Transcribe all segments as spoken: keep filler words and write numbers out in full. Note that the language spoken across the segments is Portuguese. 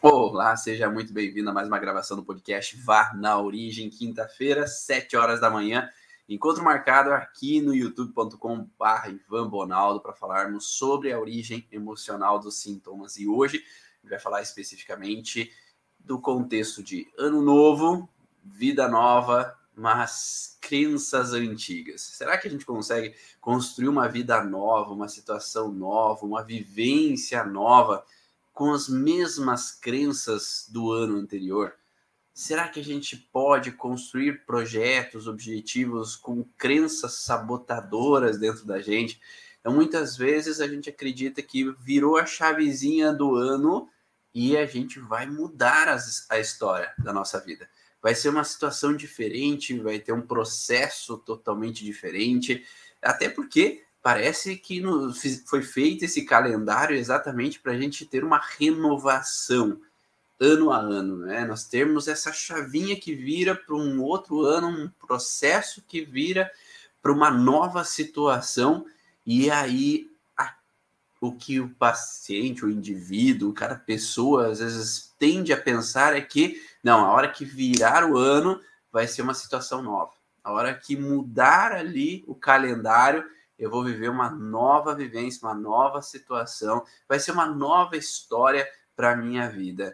Olá, seja muito bem-vindo a mais uma gravação do podcast Vá na Origem, quinta-feira, sete horas da manhã. Encontro marcado aqui no youtube ponto com barra Ivan Bonaldo para falarmos sobre a origem emocional dos sintomas. E hoje a gente vai falar especificamente do contexto de ano novo, vida nova, mas crenças antigas. Será que a gente consegue construir uma vida nova, uma situação nova, uma vivência nova com as mesmas crenças do ano anterior? Será que a gente pode construir projetos, objetivos com crenças sabotadoras dentro da gente? Então, muitas vezes a gente acredita que virou a chavezinha do ano e a gente vai mudar as, a história da nossa vida. Vai ser uma situação diferente, vai ter um processo totalmente diferente, até porque parece que no, foi feito esse calendário exatamente para a gente ter uma renovação ano a ano, né? Nós temos essa chavinha que vira para um outro ano, um processo que vira para uma nova situação, e aí a, o que o paciente, o indivíduo, cada pessoa às vezes tende a pensar é que, não, a hora que virar o ano vai ser uma situação nova. A hora que mudar ali o calendário, eu vou viver uma nova vivência, uma nova situação, vai ser uma nova história para a minha vida.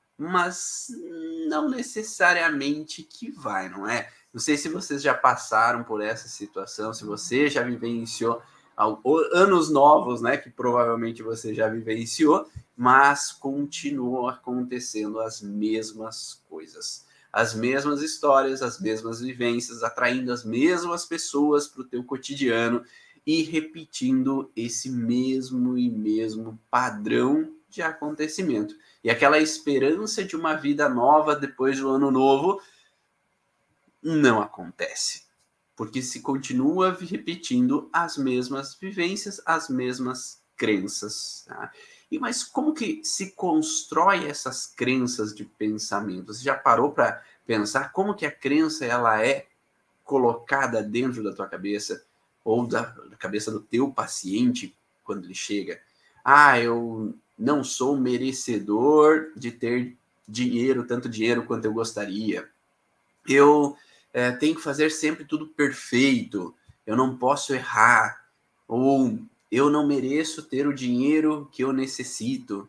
Mas não necessariamente que vai, não é? Não sei se vocês já passaram por essa situação, se você já vivenciou anos novos, né, que provavelmente você já vivenciou, mas continuam acontecendo as mesmas coisas, as mesmas histórias, as mesmas vivências, atraindo as mesmas pessoas para o teu cotidiano e repetindo esse mesmo e mesmo padrão de acontecimento. E aquela esperança de uma vida nova depois do ano novo não acontece, porque se continua repetindo as mesmas vivências, as mesmas crenças. Tá? E mas como que se constrói essas crenças de pensamento? Você já parou para pensar como que a crença ela é colocada dentro da tua cabeça ou da, da cabeça do teu paciente quando ele chega? Ah, eu não sou merecedor de ter dinheiro, tanto dinheiro quanto eu gostaria. Eu é, tenho que fazer sempre tudo perfeito. Eu não posso errar. Ou eu não mereço ter o dinheiro que eu necessito.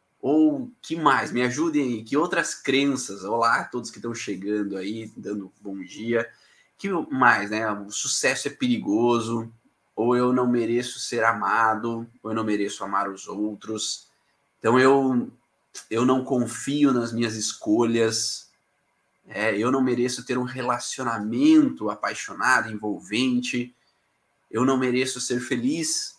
Ou que mais? Me ajudem aí. Que outras crenças? Olá, todos que estão chegando aí, dando bom dia. Que mais, né? O sucesso é perigoso. Ou eu não mereço ser amado. Ou eu não mereço amar os outros. Então eu, eu não confio nas minhas escolhas. É, eu não mereço ter um relacionamento apaixonado, envolvente. Eu não mereço ser feliz.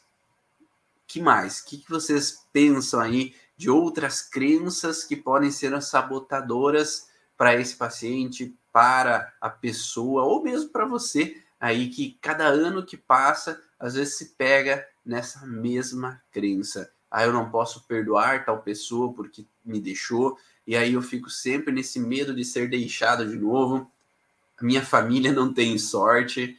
Que mais? O que, que vocês pensam aí de outras crenças que podem ser sabotadoras para esse paciente, para a pessoa, ou mesmo para você aí, que cada ano que passa, às vezes se pega nessa mesma crença. Ah, eu não posso perdoar tal pessoa porque me deixou, e aí eu fico sempre nesse medo de ser deixado de novo. A minha família não tem sorte.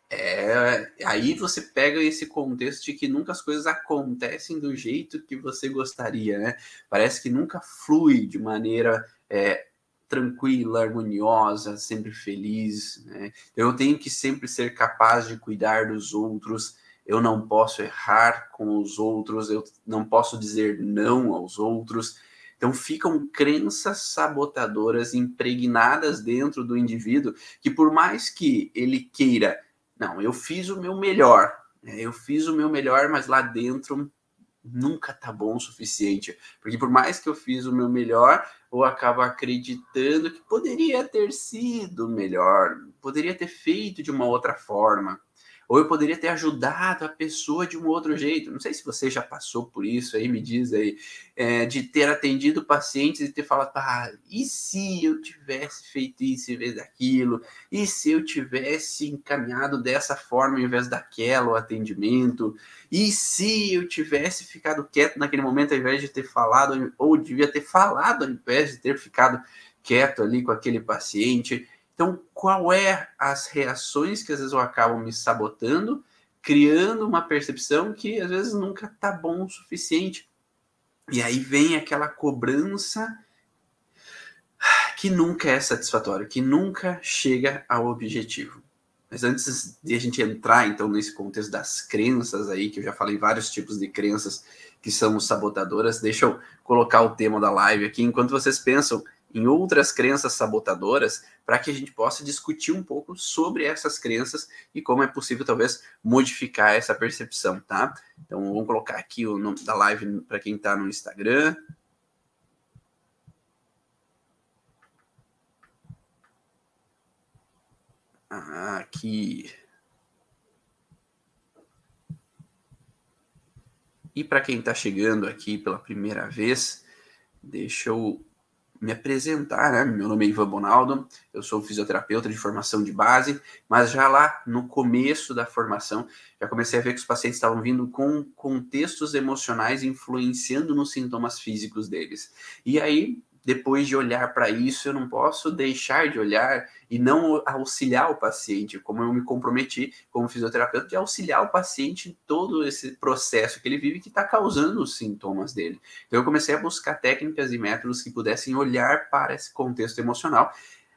É, aí você pega esse contexto de que nunca as coisas acontecem do jeito que você gostaria, né? Parece que nunca flui de maneira é, tranquila, harmoniosa, sempre feliz, né? Eu tenho que sempre ser capaz de cuidar dos outros, eu não posso errar com os outros, eu não posso dizer não aos outros. Então ficam crenças sabotadoras impregnadas dentro do indivíduo, que por mais que ele queira, não, eu fiz o meu melhor, né? Eu fiz o meu melhor, mas lá dentro nunca tá bom o suficiente. Porque por mais que eu fiz o meu melhor, eu acabo acreditando que poderia ter sido melhor, poderia ter feito de uma outra forma. Ou eu poderia ter ajudado a pessoa de um outro jeito. Não sei se você já passou por isso aí, me diz aí, é, de ter atendido pacientes e ter falado, ah, e se eu tivesse feito isso em vez daquilo? E se eu tivesse encaminhado dessa forma em vez daquela o atendimento? E se eu tivesse ficado quieto naquele momento ao invés de ter falado, ou devia ter falado ao invés de ter ficado quieto ali com aquele paciente? Então, qual é as reações que às vezes eu acabo me sabotando, criando uma percepção que às vezes nunca tá bom o suficiente. E aí vem aquela cobrança que nunca é satisfatório, que nunca chega ao objetivo. Mas antes de a gente entrar, então, nesse contexto das crenças aí, que eu já falei vários tipos de crenças que são sabotadoras, deixa eu colocar o tema da live aqui, enquanto vocês pensam em outras crenças sabotadoras, para que a gente possa discutir um pouco sobre essas crenças e como é possível, talvez, modificar essa percepção, tá? Então, vamos colocar aqui o nome da live para quem está no Instagram. Ah, aqui. E para quem está chegando aqui pela primeira vez, deixa eu me apresentar, né? Meu nome é Ivan Bonaldo, eu sou fisioterapeuta de formação de base, mas já lá no começo da formação, já comecei a ver que os pacientes estavam vindo com contextos emocionais influenciando nos sintomas físicos deles. E aí, depois de olhar para isso, eu não posso deixar de olhar e não auxiliar o paciente, como eu me comprometi como fisioterapeuta, de auxiliar o paciente em todo esse processo que ele vive que está causando os sintomas dele. Então eu comecei a buscar técnicas e métodos que pudessem olhar para esse contexto emocional,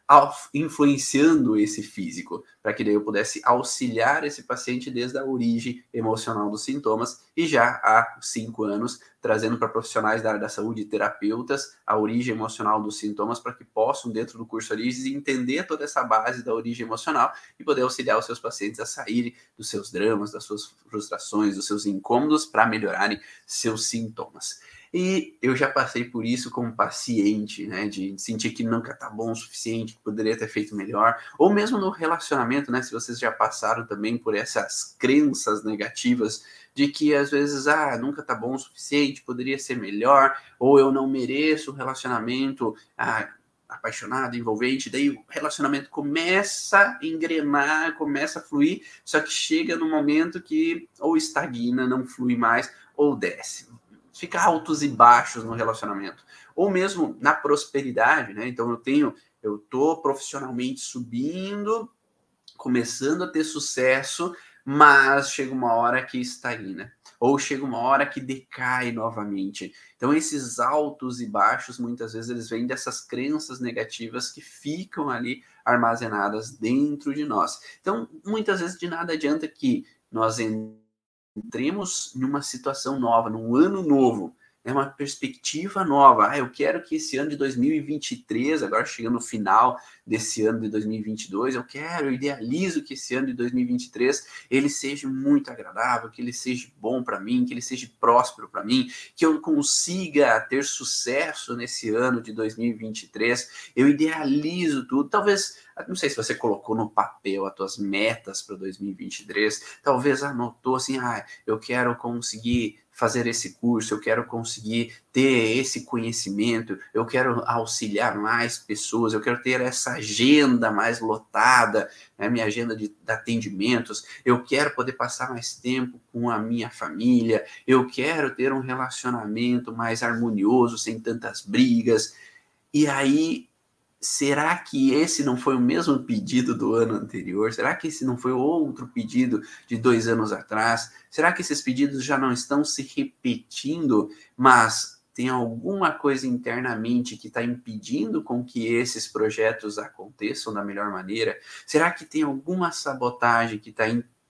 influenciando esse físico, para que daí eu pudesse auxiliar esse paciente desde a origem emocional dos sintomas e já há cinco anos trazendo para profissionais da área da saúde, terapeutas, a origem emocional dos sintomas para que possam, dentro do curso Origens, entender toda essa base da origem emocional e poder auxiliar os seus pacientes a saírem dos seus dramas, das suas frustrações, dos seus incômodos para melhorarem seus sintomas. E eu já passei por isso como paciente, né, de sentir que nunca tá bom o suficiente, que poderia ter feito melhor, ou mesmo no relacionamento, né, se vocês já passaram também por essas crenças negativas de que às vezes, ah, nunca tá bom o suficiente, poderia ser melhor, ou eu não mereço um relacionamento ah, apaixonado, envolvente, daí o relacionamento começa a engrenar, começa a fluir, só que chega no momento que ou estagna, não flui mais, ou desce. Fica altos e baixos no relacionamento, ou mesmo na prosperidade, né? Então eu tenho, eu tô profissionalmente subindo, começando a ter sucesso, mas chega uma hora que estagna, ou chega uma hora que decai novamente. Então esses altos e baixos, muitas vezes eles vêm dessas crenças negativas que ficam ali armazenadas dentro de nós. Então muitas vezes de nada adianta que nós entremos numa situação nova, num ano novo, é uma perspectiva nova. Ah, eu quero que esse ano de dois mil e vinte e três, agora chegando no final desse ano de dois mil e vinte e dois, eu quero, eu idealizo que esse ano de dois mil e vinte e três ele seja muito agradável, que ele seja bom para mim, que ele seja próspero para mim, que eu consiga ter sucesso nesse ano de dois mil e vinte e três. Eu idealizo tudo. Talvez, não sei se você colocou no papel as tuas metas para dois mil e vinte e três, talvez anotou assim, ah, eu quero conseguir fazer esse curso, eu quero conseguir ter esse conhecimento, eu quero auxiliar mais pessoas, eu quero ter essa agenda mais lotada, né, minha agenda de, de atendimentos, eu quero poder passar mais tempo com a minha família, eu quero ter um relacionamento mais harmonioso, sem tantas brigas. E aí, será que esse não foi o mesmo pedido do ano anterior? Será que esse não foi outro pedido de dois anos atrás? Será que esses pedidos já não estão se repetindo, mas tem alguma coisa internamente que está impedindo com que esses projetos aconteçam da melhor maneira? Será que tem alguma sabotagem que está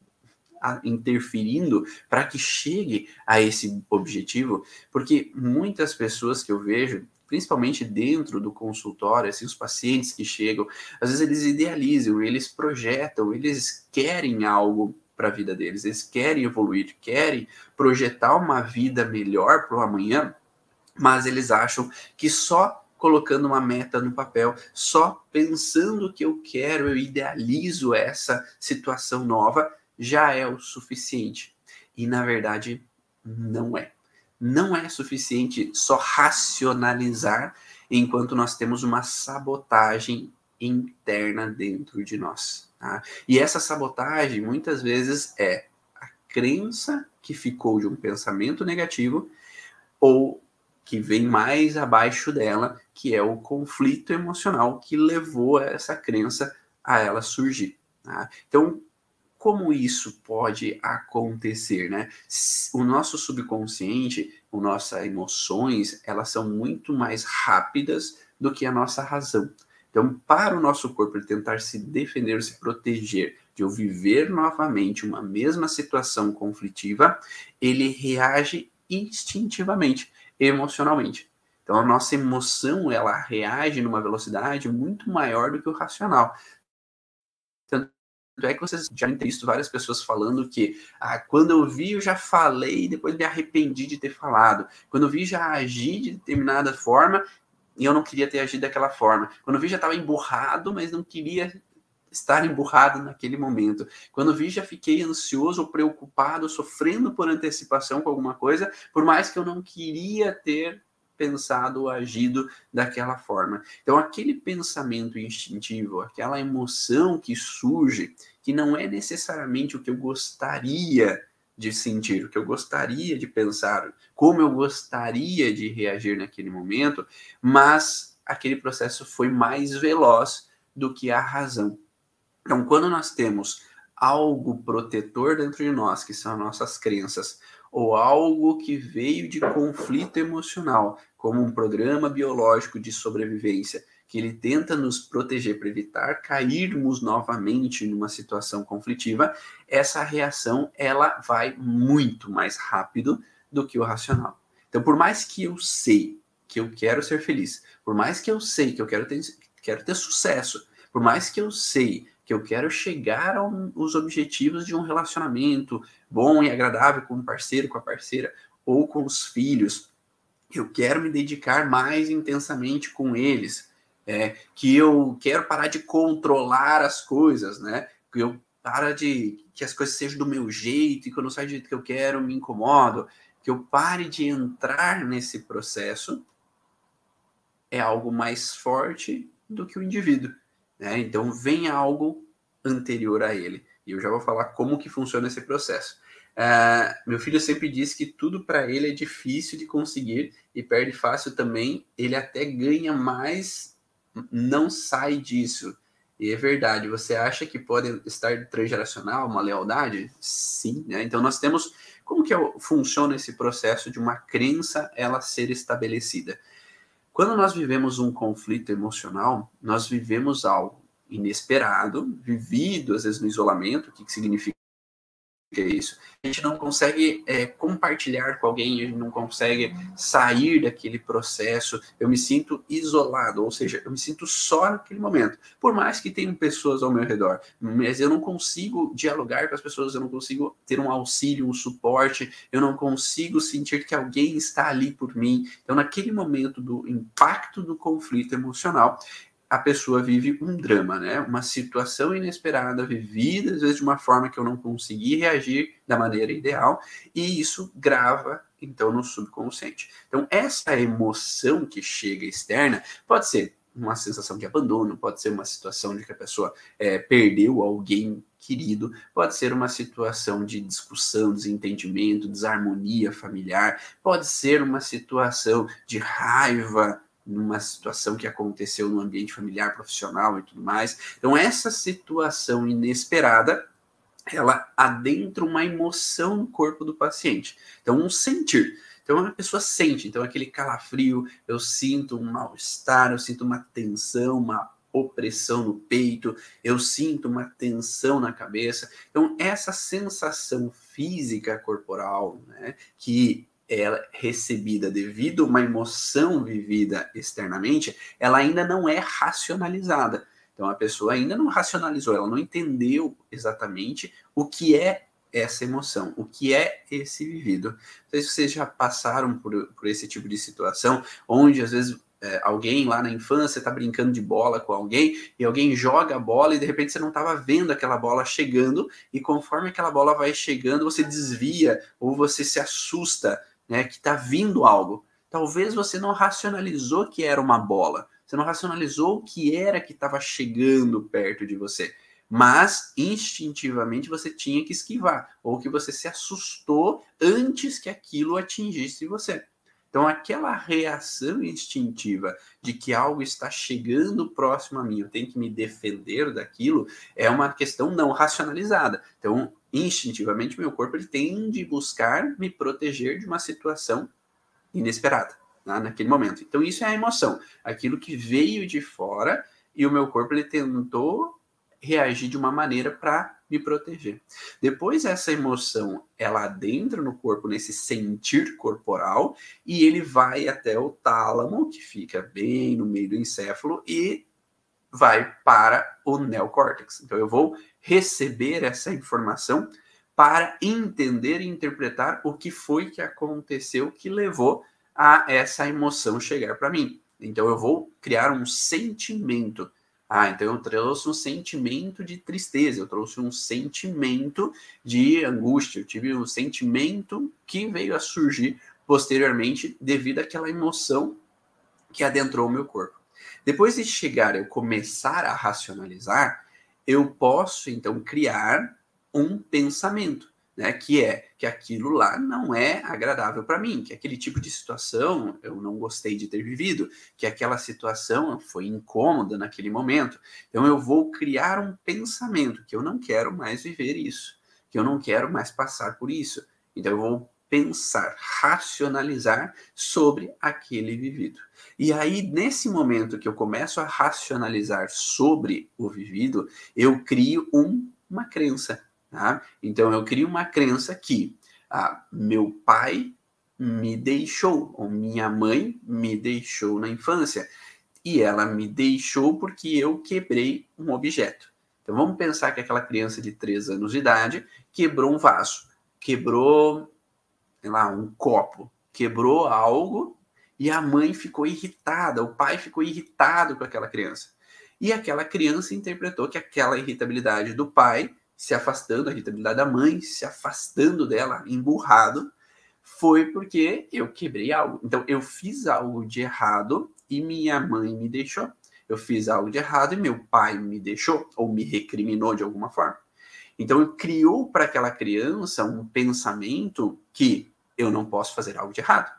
interferindo para que chegue a esse objetivo? Porque muitas pessoas que eu vejo, principalmente dentro do consultório, assim, os pacientes que chegam, às vezes eles idealizam, eles projetam, eles querem algo para a vida deles, eles querem evoluir, querem projetar uma vida melhor para o amanhã, mas eles acham que só colocando uma meta no papel, só pensando que eu quero, eu idealizo essa situação nova, já é o suficiente. E, na verdade, não é. Não é suficiente só racionalizar enquanto nós temos uma sabotagem interna dentro de nós. Tá? E essa sabotagem, muitas vezes, é a crença que ficou de um pensamento negativo ou que vem mais abaixo dela, que é o conflito emocional que levou essa crença a ela surgir. Tá? Então, como isso pode acontecer, né? O nosso subconsciente, as nossas emoções, elas são muito mais rápidas do que a nossa razão. Então, para o nosso corpo ele tentar se defender, se proteger, de eu viver novamente uma mesma situação conflitiva, ele reage instintivamente, emocionalmente. Então, a nossa emoção, ela reage numa velocidade muito maior do que o racional. Tanto é que vocês já têm visto várias pessoas falando que ah, quando eu vi, eu já falei e depois me arrependi de ter falado. Quando eu vi, já agi de determinada forma e eu não queria ter agido daquela forma. Quando eu vi, já estava emburrado, mas não queria estar emburrado naquele momento. Quando eu vi, já fiquei ansioso, preocupado, sofrendo por antecipação com alguma coisa, por mais que eu não queria ter pensado ou agido daquela forma. Então, aquele pensamento instintivo, aquela emoção que surge, que não é necessariamente o que eu gostaria de sentir, o que eu gostaria de pensar, como eu gostaria de reagir naquele momento, mas aquele processo foi mais veloz do que a razão. Então, quando nós temos algo protetor dentro de nós, que são nossas crenças, ou algo que veio de conflito emocional, como um programa biológico de sobrevivência, que ele tenta nos proteger para evitar cairmos novamente numa situação conflitiva, essa reação ela vai muito mais rápido do que o racional. Então, por mais que eu sei que eu quero ser feliz, por mais que eu sei que eu quero ter, quero ter sucesso, por mais que eu sei que eu quero chegar aos objetivos de um relacionamento bom e agradável com o parceiro, com a parceira, ou com os filhos, eu quero me dedicar mais intensamente com eles, é, que eu quero parar de controlar as coisas, né? Que eu para de que as coisas sejam do meu jeito e quando eu saio do jeito que eu quero, me incomodo, que eu pare de entrar nesse processo, é algo mais forte do que o indivíduo. Né? Então, vem algo anterior a ele. E eu já vou falar como que funciona esse processo. Uh, meu filho sempre diz que tudo para ele é difícil de conseguir e perde fácil também. Ele até ganha mais, não sai disso. E é verdade. Você acha que pode estar transgeracional, uma lealdade? Sim. Né? Então, nós temos... Como que funciona esse processo de uma crença ela ser estabelecida? Quando nós vivemos um conflito emocional, nós vivemos algo inesperado, vivido, às vezes, no isolamento. O que, que significa isso? A gente não consegue é, compartilhar com alguém, a gente não consegue sair daquele processo. Eu me sinto isolado, ou seja, eu me sinto só naquele momento. Por mais que tenham pessoas ao meu redor, mas eu não consigo dialogar com as pessoas, eu não consigo ter um auxílio, um suporte, eu não consigo sentir que alguém está ali por mim. Então, naquele momento do impacto do conflito emocional, a pessoa vive um drama, né? Uma situação inesperada, vivida, às vezes de uma forma que eu não consegui reagir da maneira ideal, e isso grava, então, no subconsciente. Então, essa emoção que chega externa pode ser uma sensação de abandono, pode ser uma situação de que a pessoa é, perdeu alguém querido, pode ser uma situação de discussão, desentendimento, desarmonia familiar, pode ser uma situação de raiva, numa situação que aconteceu no ambiente familiar, profissional e tudo mais. Então, essa situação inesperada, ela adentra uma emoção no corpo do paciente. Então, um sentir. Então, a pessoa sente. Então, aquele calafrio, eu sinto um mal-estar, eu sinto uma tensão, uma opressão no peito, eu sinto uma tensão na cabeça. Então, essa sensação física corporal, né, que ela recebida devido a uma emoção vivida externamente, ela ainda não é racionalizada. Então, a pessoa ainda não racionalizou, ela não entendeu exatamente o que é essa emoção, o que é esse vivido. Não sei se vocês já passaram por, por esse tipo de situação, onde às vezes é, alguém lá na infância está brincando de bola com alguém, e alguém joga a bola e de repente você não estava vendo aquela bola chegando, e conforme aquela bola vai chegando, você desvia, ou você se assusta, né, que está vindo algo. Talvez você não racionalizou que era uma bola. Você não racionalizou o que era que estava chegando perto de você. Mas, instintivamente, você tinha que esquivar. Ou que você se assustou antes que aquilo atingisse você. Então, aquela reação instintiva de que algo está chegando próximo a mim, eu tenho que me defender daquilo, é uma questão não racionalizada. Então, instintivamente, meu corpo ele tende a buscar me proteger de uma situação inesperada, né, naquele momento. Então, isso é a emoção. Aquilo que veio de fora e o meu corpo ele tentou reagir de uma maneira para me proteger. Depois essa emoção, ela adentra no corpo, nesse sentir corporal, e ele vai até o tálamo, que fica bem no meio do encéfalo, e vai para o neocórtex. Então eu vou receber essa informação para entender e interpretar o que foi que aconteceu que levou a essa emoção chegar para mim. Então eu vou criar um sentimento. Ah, então eu trouxe um sentimento de tristeza, eu trouxe um sentimento de angústia, eu tive um sentimento que veio a surgir posteriormente devido àquela emoção que adentrou o meu corpo. Depois de chegar, eu começar a racionalizar, eu posso então criar um pensamento, né, que é que aquilo lá não é agradável para mim, que aquele tipo de situação eu não gostei de ter vivido, que aquela situação foi incômoda naquele momento. Então eu vou criar um pensamento que eu não quero mais viver isso, que eu não quero mais passar por isso. Então eu vou pensar, racionalizar sobre aquele vivido. E aí, nesse momento que eu começo a racionalizar sobre o vivido, eu crio um, uma crença. Tá? Então, eu crio uma crença que ah, meu pai me deixou, ou minha mãe me deixou na infância, e ela me deixou porque eu quebrei um objeto. Então, vamos pensar que aquela criança de três anos de idade quebrou um vaso, quebrou, sei lá, um copo, quebrou algo, e a mãe ficou irritada, o pai ficou irritado com aquela criança. E aquela criança interpretou que aquela irritabilidade do pai se afastando, a irritabilidade da mãe, se afastando dela, emburrado, foi porque eu quebrei algo. Então, eu fiz algo de errado e minha mãe me deixou. Eu fiz algo de errado e meu pai me deixou, ou me recriminou de alguma forma. Então, criou para aquela criança um pensamento que eu não posso fazer algo de errado.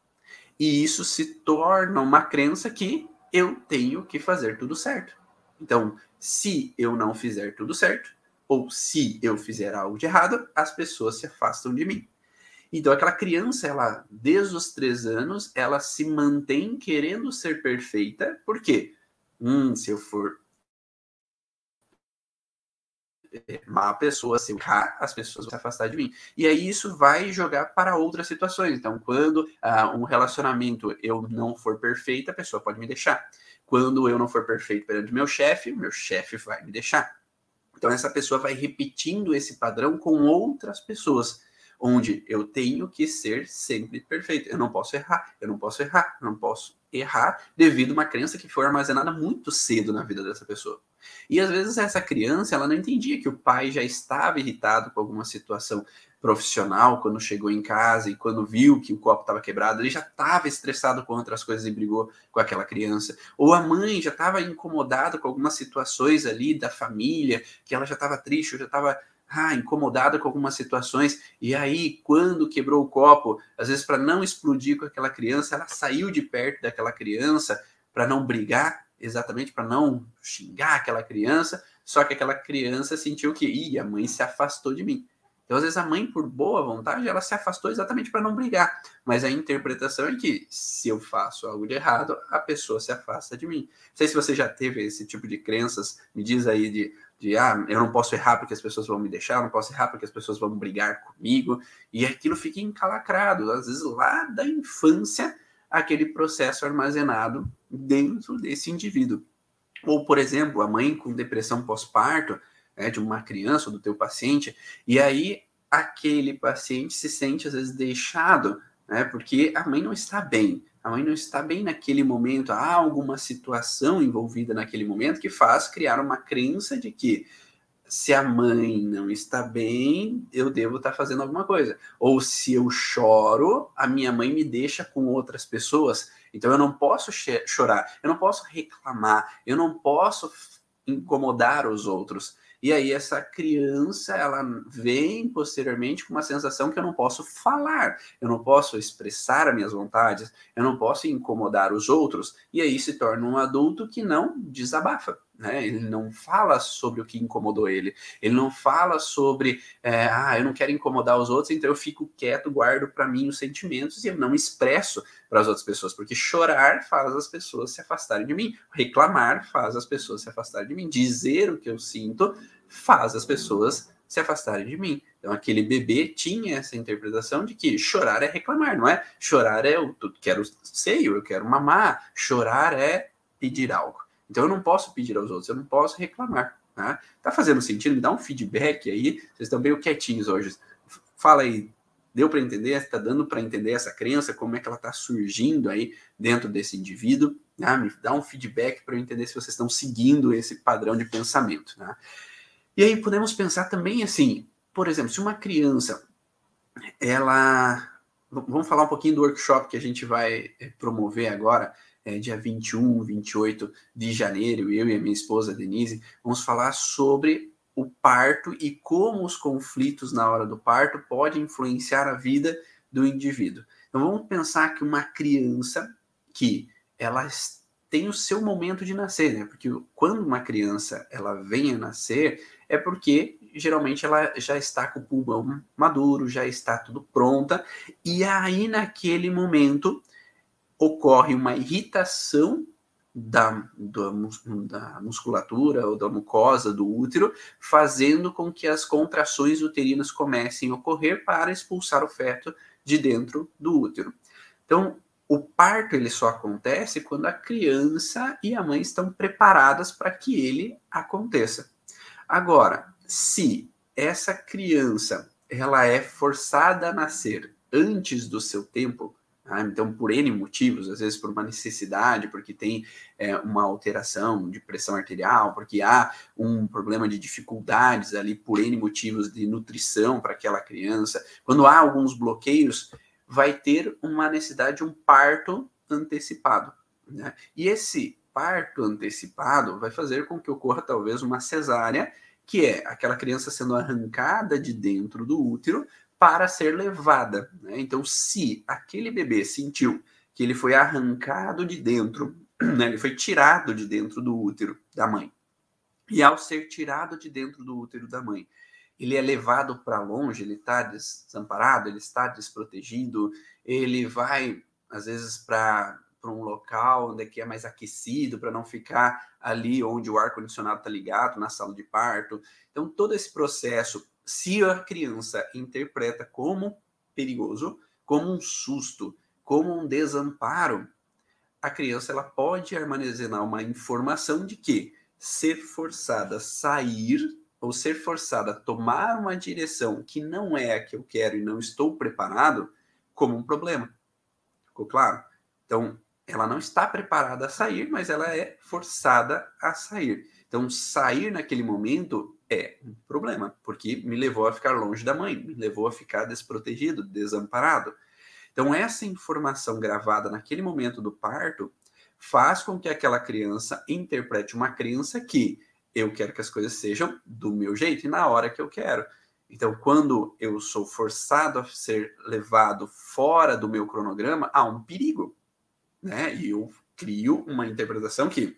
E isso se torna uma crença que eu tenho que fazer tudo certo. Então, se eu não fizer tudo certo, ou se eu fizer algo de errado, as pessoas se afastam de mim. Então, aquela criança, ela, desde os três anos, ela se mantém querendo ser perfeita. Por quê? Hum, se eu for má pessoa, se eu errar, as pessoas vão se afastar de mim. E aí isso vai jogar para outras situações. Então, quando uh, um relacionamento eu não for perfeito, a pessoa pode me deixar. Quando eu não for perfeito perante meu chefe, meu chefe vai me deixar. Então, essa pessoa vai repetindo esse padrão com outras pessoas, onde eu tenho que ser sempre perfeito. Eu não posso errar, eu não posso errar, eu não posso errar devido a uma crença que foi armazenada muito cedo na vida dessa pessoa. E, às vezes, essa criança, ela não entendia que o pai já estava irritado com alguma situação profissional quando chegou em casa e quando viu que o copo estava quebrado, ele já estava estressado com outras coisas e brigou com aquela criança. Ou a mãe já estava incomodada com algumas situações ali da família, que ela já estava triste, ou já estava ah, incomodada com algumas situações, e aí quando quebrou o copo, às vezes para não explodir com aquela criança, ela saiu de perto daquela criança para não brigar, exatamente para não xingar aquela criança, só que aquela criança sentiu que Ih, a mãe se afastou de mim. Então, às vezes, a mãe, por boa vontade, ela se afastou exatamente para não brigar. Mas a interpretação é que, se eu faço algo de errado, a pessoa se afasta de mim. Não sei se você já teve esse tipo de crenças. Me diz aí de, de ah, eu não posso errar porque as pessoas vão me deixar, eu não posso errar porque as pessoas vão brigar comigo. E aquilo fica encalacrado. Às vezes, lá da infância, aquele processo armazenado dentro desse indivíduo. Ou, por exemplo, a mãe com depressão pós-parto, né, de uma criança ou do teu paciente, e aí aquele paciente se sente às vezes deixado, né, porque a mãe não está bem, a mãe não está bem naquele momento, há alguma situação envolvida naquele momento que faz criar uma crença de que se a mãe não está bem, eu devo estar fazendo alguma coisa. Ou se eu choro, a minha mãe me deixa com outras pessoas, então eu não posso chorar, eu não posso reclamar, eu não posso incomodar os outros. E aí essa criança, ela vem posteriormente com uma sensação que eu não posso falar, eu não posso expressar as minhas vontades, eu não posso incomodar os outros, e aí se torna um adulto que não desabafa, né? Ele não fala sobre o que incomodou ele. Ele não fala sobre, é, ah, eu não quero incomodar os outros, então eu fico quieto, guardo para mim os sentimentos e eu não expresso para as outras pessoas, porque chorar faz as pessoas se afastarem de mim, reclamar faz as pessoas se afastarem de mim, dizer o que eu sinto faz as pessoas se afastarem de mim. Então aquele bebê tinha essa interpretação de que chorar é reclamar, não é? Chorar é eu quero seio, eu quero mamar, chorar é pedir algo. Então eu não posso pedir aos outros, eu não posso reclamar. Tá, tá fazendo sentido? Me dá um feedback aí. Vocês estão meio quietinhos hoje. Fala aí, deu para entender? Está dando para entender essa crença? Como é que ela está surgindo aí dentro desse indivíduo? Tá? Me dá um feedback para eu entender se vocês estão seguindo esse padrão de pensamento. Tá? E aí podemos pensar também assim, por exemplo, se uma criança, ela... Vamos falar um pouquinho do workshop que a gente vai promover agora, é, dia vinte e um, vinte e oito de janeiro, eu e a minha esposa Denise, vamos falar sobre o parto e como os conflitos na hora do parto podem influenciar a vida do indivíduo. Então vamos pensar que uma criança que ela tem o seu momento de nascer, né? Porque quando uma criança ela vem a nascer, é porque geralmente ela já está com o pulmão maduro, já está tudo pronta, e aí naquele momento ocorre uma irritação da, da, da musculatura ou da mucosa do útero, fazendo com que as contrações uterinas comecem a ocorrer para expulsar o feto de dentro do útero. Então, o parto ele só acontece quando a criança e a mãe estão preparadas para que ele aconteça. Agora, se essa criança ela é forçada a nascer antes do seu tempo, ah, então por N motivos, às vezes por uma necessidade, porque tem é, uma alteração de pressão arterial, porque há um problema de dificuldades ali por N motivos de nutrição para aquela criança, quando há alguns bloqueios, vai ter uma necessidade de um parto antecipado, né? E esse parto antecipado vai fazer com que ocorra talvez uma cesárea, que é aquela criança sendo arrancada de dentro do útero para ser levada, né? Então, se aquele bebê sentiu que ele foi arrancado de dentro, né? Ele foi tirado de dentro do útero da mãe, e ao ser tirado de dentro do útero da mãe, ele é levado para longe, ele está desamparado, ele está desprotegido, ele vai, às vezes, para para um local onde é mais aquecido, para não ficar ali onde o ar-condicionado está ligado, na sala de parto. Então, todo esse processo, se a criança interpreta como perigoso, como um susto, como um desamparo, a criança ela pode armazenar uma informação de que ser forçada a sair ou ser forçada a tomar uma direção que não é a que eu quero e não estou preparado, como um problema. Ficou claro? Então, ela não está preparada a sair, mas ela é forçada a sair. Então, sair naquele momento é um problema, porque me levou a ficar longe da mãe, me levou a ficar desprotegido, desamparado. Então, essa informação gravada naquele momento do parto faz com que aquela criança interprete uma crença que eu quero que as coisas sejam do meu jeito e na hora que eu quero. Então, quando eu sou forçado a ser levado fora do meu cronograma, há um perigo, né? E eu crio uma interpretação que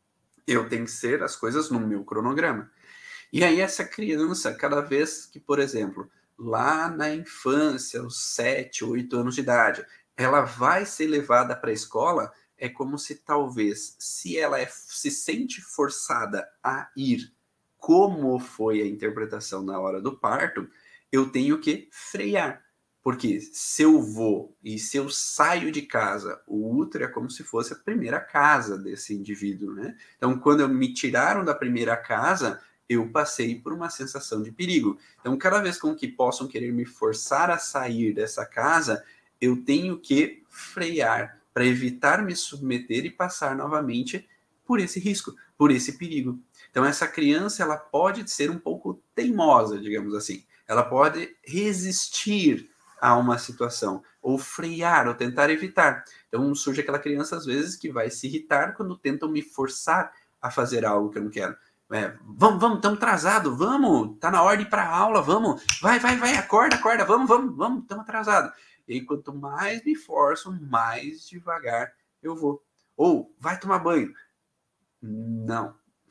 eu tenho que ser as coisas no meu cronograma. E aí essa criança, cada vez que, por exemplo, lá na infância, aos sete, oito anos de idade, ela vai ser levada para a escola, é como se talvez, se ela é, se sente forçada a ir, como foi a interpretação na hora do parto, eu tenho que frear. Porque se eu vou e se eu saio de casa, o útero é como se fosse a primeira casa desse indivíduo, né? Então, quando me tiraram da primeira casa, eu passei por uma sensação de perigo. Então, cada vez com que possam querer me forçar a sair dessa casa, eu tenho que frear para evitar me submeter e passar novamente por esse risco, por esse perigo. Então, essa criança ela pode ser um pouco teimosa, digamos assim. Ela pode resistir a uma situação, ou frear, ou tentar evitar. Então, surge aquela criança, às vezes, que vai se irritar quando tentam me forçar a fazer algo que eu não quero. É, vamos, vamos, estamos atrasados, vamos, tá na hora de ir para a aula, vamos, vai, vai, vai, acorda, acorda, vamos, vamos, vamos, estamos atrasados. E aí, quanto mais me forço, mais devagar eu vou. Ou, vai tomar banho. Não.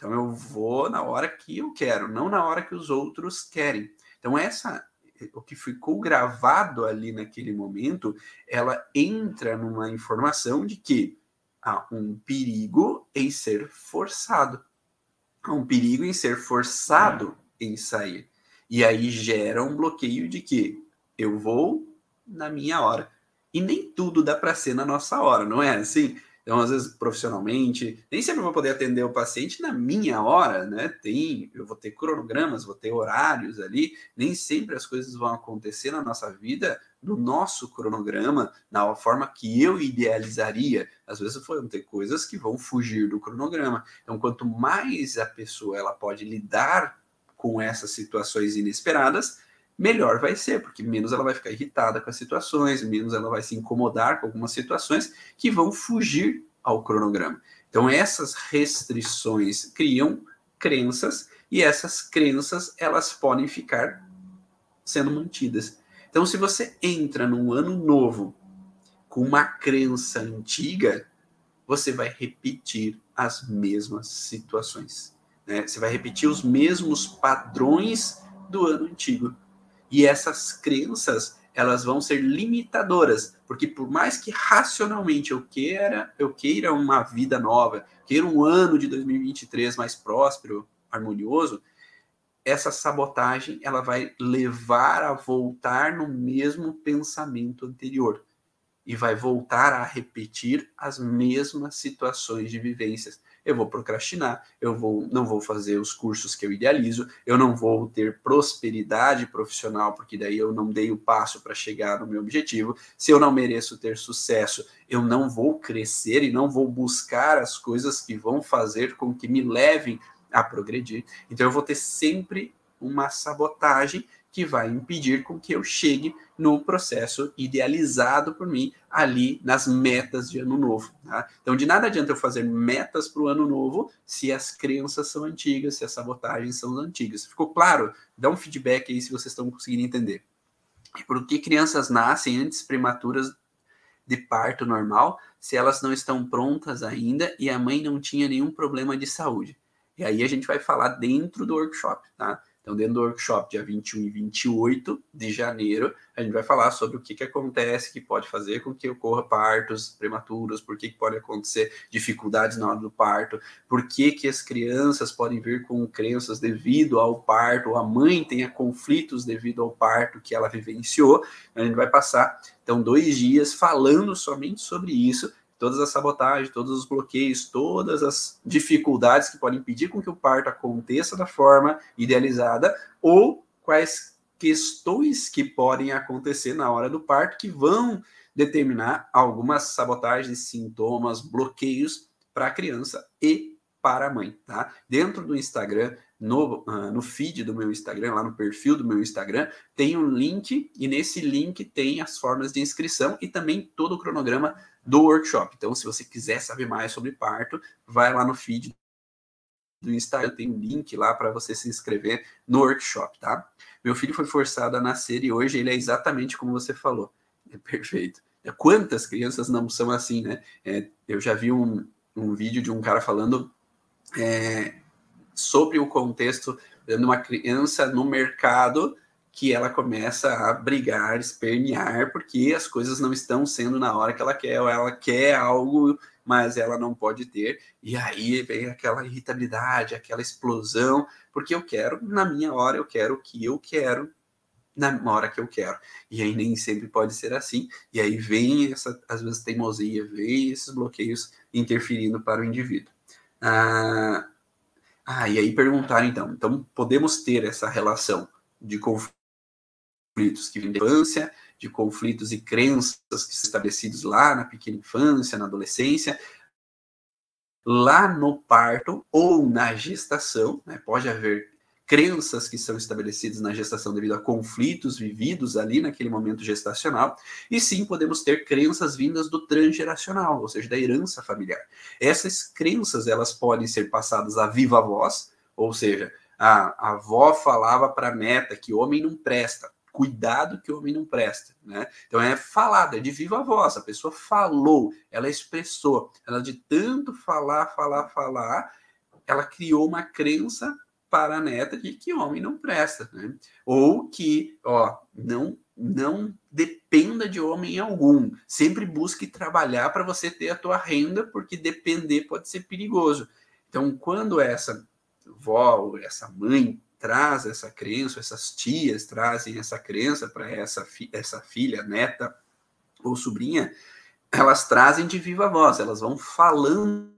Então eu vou na hora que eu quero, não na hora que os outros querem. Então essa, o que ficou gravado ali naquele momento, ela entra numa informação de que há um perigo em ser forçado. Há um perigo em ser forçado em sair. E aí gera um bloqueio de que eu vou na minha hora. E nem tudo dá para ser na nossa hora, não é assim? Então, às vezes, profissionalmente, nem sempre vou poder atender o paciente na minha hora, né? Tem, eu vou ter cronogramas, vou ter horários ali, nem sempre as coisas vão acontecer na nossa vida no nosso cronograma, na forma que eu idealizaria. Às vezes vão ter coisas que vão fugir do cronograma. Então, quanto mais a pessoa ela pode lidar com essas situações inesperadas, melhor vai ser, porque menos ela vai ficar irritada com as situações, menos ela vai se incomodar com algumas situações que vão fugir ao cronograma. Então, essas restrições criam crenças e essas crenças elas podem ficar sendo mantidas. Então, se você entra num ano novo com uma crença antiga, você vai repetir as mesmas situações, né? Você vai repetir os mesmos padrões do ano antigo. E essas crenças, elas vão ser limitadoras, porque por mais que racionalmente eu queira, eu queira uma vida nova, queira um ano de dois mil e vinte e três mais próspero, harmonioso, essa sabotagem ela vai levar a voltar no mesmo pensamento anterior e vai voltar a repetir as mesmas situações de vivências. Eu vou procrastinar, eu vou, não vou fazer os cursos que eu idealizo, eu não vou ter prosperidade profissional, porque daí eu não dei o passo para chegar no meu objetivo. Se eu não mereço ter sucesso, eu não vou crescer e não vou buscar as coisas que vão fazer com que me levem a progredir. Então eu vou ter sempre uma sabotagem que vai impedir com que eu chegue no processo idealizado por mim ali nas metas de ano novo. Tá? Então, de nada adianta eu fazer metas para o ano novo se as crenças são antigas, se as sabotagens são antigas. Ficou claro? Dá um feedback aí se vocês estão conseguindo entender. Por que crianças nascem antes prematuras de parto normal se elas não estão prontas ainda e a mãe não tinha nenhum problema de saúde? E aí a gente vai falar dentro do workshop, tá? Então, dentro do workshop, dia vinte e um e vinte e oito de janeiro, a gente vai falar sobre o que, que acontece, que pode fazer com que ocorra partos prematuros, por que, que pode acontecer dificuldades na hora do parto, por que, que as crianças podem vir com crenças devido ao parto, a mãe tenha conflitos devido ao parto que ela vivenciou. A gente vai passar, então, dois dias falando somente sobre isso, todas as sabotagens, todos os bloqueios, todas as dificuldades que podem impedir com que o parto aconteça da forma idealizada, ou quais questões que podem acontecer na hora do parto que vão determinar algumas sabotagens, sintomas, bloqueios para a criança e para a mãe, tá? Dentro do Instagram, no, uh, no feed do meu Instagram, lá no perfil do meu Instagram, tem um link, e nesse link tem as formas de inscrição e também todo o cronograma do workshop. Então, se você quiser saber mais sobre parto, vai lá no feed do Instagram, tem um link lá para você se inscrever no workshop, tá? Meu filho foi forçado a nascer e hoje ele é exatamente como você falou. É perfeito. Quantas crianças não são assim, né? É, eu já vi um, um vídeo de um cara falando é, sobre o contexto de uma criança no mercado que ela começa a brigar, espernear, porque as coisas não estão sendo na hora que ela quer, ou ela quer algo, mas ela não pode ter, e aí vem aquela irritabilidade, aquela explosão, porque eu quero, na minha hora, eu quero o que eu quero, na hora que eu quero. E aí nem sempre pode ser assim, e aí vem essa, às vezes, teimosia, vem esses bloqueios interferindo para o indivíduo. Ah, ah, e aí perguntaram, então, então podemos ter essa relação de conflitos que vêm da infância, de conflitos e crenças que são estabelecidos lá na pequena infância, na adolescência, lá no parto ou na gestação, né? Pode haver crenças que são estabelecidas na gestação devido a conflitos vividos ali naquele momento gestacional, e sim podemos ter crenças vindas do transgeracional, ou seja, da herança familiar. Essas crenças, elas podem ser passadas a viva voz, ou seja, a, a avó falava para a neta que homem não presta, cuidado que o homem não presta, né? Então é falada, é de viva voz, a pessoa falou, ela expressou, ela de tanto falar, falar, falar, ela criou uma crença para a neta de que homem não presta, né? Ou que, ó, não, não dependa de homem algum. Sempre busque trabalhar para você ter a tua renda, porque depender pode ser perigoso. Então, quando essa vó ou essa mãe traz essa crença, essas tias trazem essa crença para essa, fi- essa filha, neta ou sobrinha, elas trazem de viva voz, elas vão falando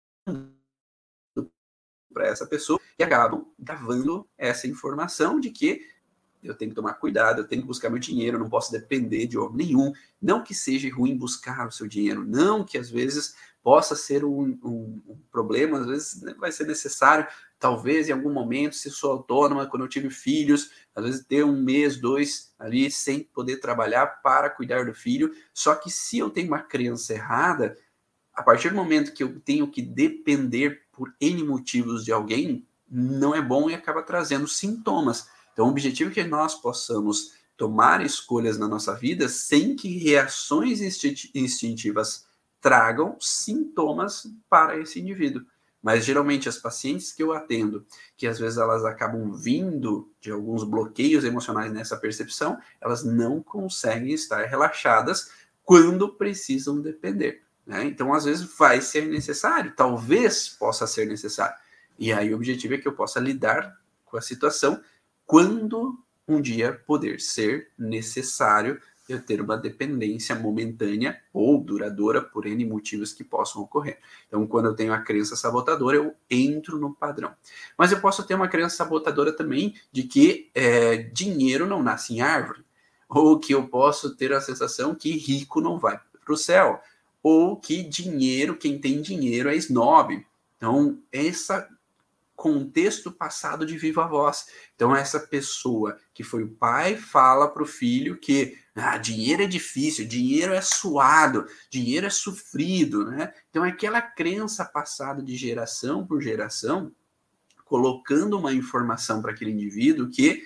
para essa pessoa e acabam gravando essa informação de que eu tenho que tomar cuidado, eu tenho que buscar meu dinheiro, eu não posso depender de homem nenhum. Não que seja ruim buscar o seu dinheiro, não que às vezes possa ser um, um, um problema, às vezes vai ser necessário, talvez em algum momento, se eu sou autônoma, quando eu tive filhos, às vezes ter um mês, dois ali sem poder trabalhar para cuidar do filho. Só que se eu tenho uma crença errada, a partir do momento que eu tenho que depender por N motivos de alguém, não é bom e acaba trazendo sintomas. Então, o objetivo é que nós possamos tomar escolhas na nossa vida sem que reações instintivas tragam sintomas para esse indivíduo. Mas, geralmente, as pacientes que eu atendo, que às vezes elas acabam vindo de alguns bloqueios emocionais nessa percepção, elas não conseguem estar relaxadas quando precisam depender. Né? Então, às vezes, vai ser necessário, talvez possa ser necessário. E aí, o objetivo é que eu possa lidar com a situação quando um dia poder ser necessário eu ter uma dependência momentânea ou duradoura por N motivos que possam ocorrer. Então, quando eu tenho a crença sabotadora, eu entro no padrão. Mas eu posso ter uma crença sabotadora também de que é, dinheiro não nasce em árvore, ou que eu posso ter a sensação que rico não vai para o céu, ou que dinheiro, quem tem dinheiro é snob. Então, esse contexto passado de viva voz. Então, essa pessoa que foi o pai fala para o filho que ah, dinheiro é difícil, dinheiro é suado, dinheiro é sofrido, né? Então, aquela crença passada de geração por geração, colocando uma informação para aquele indivíduo que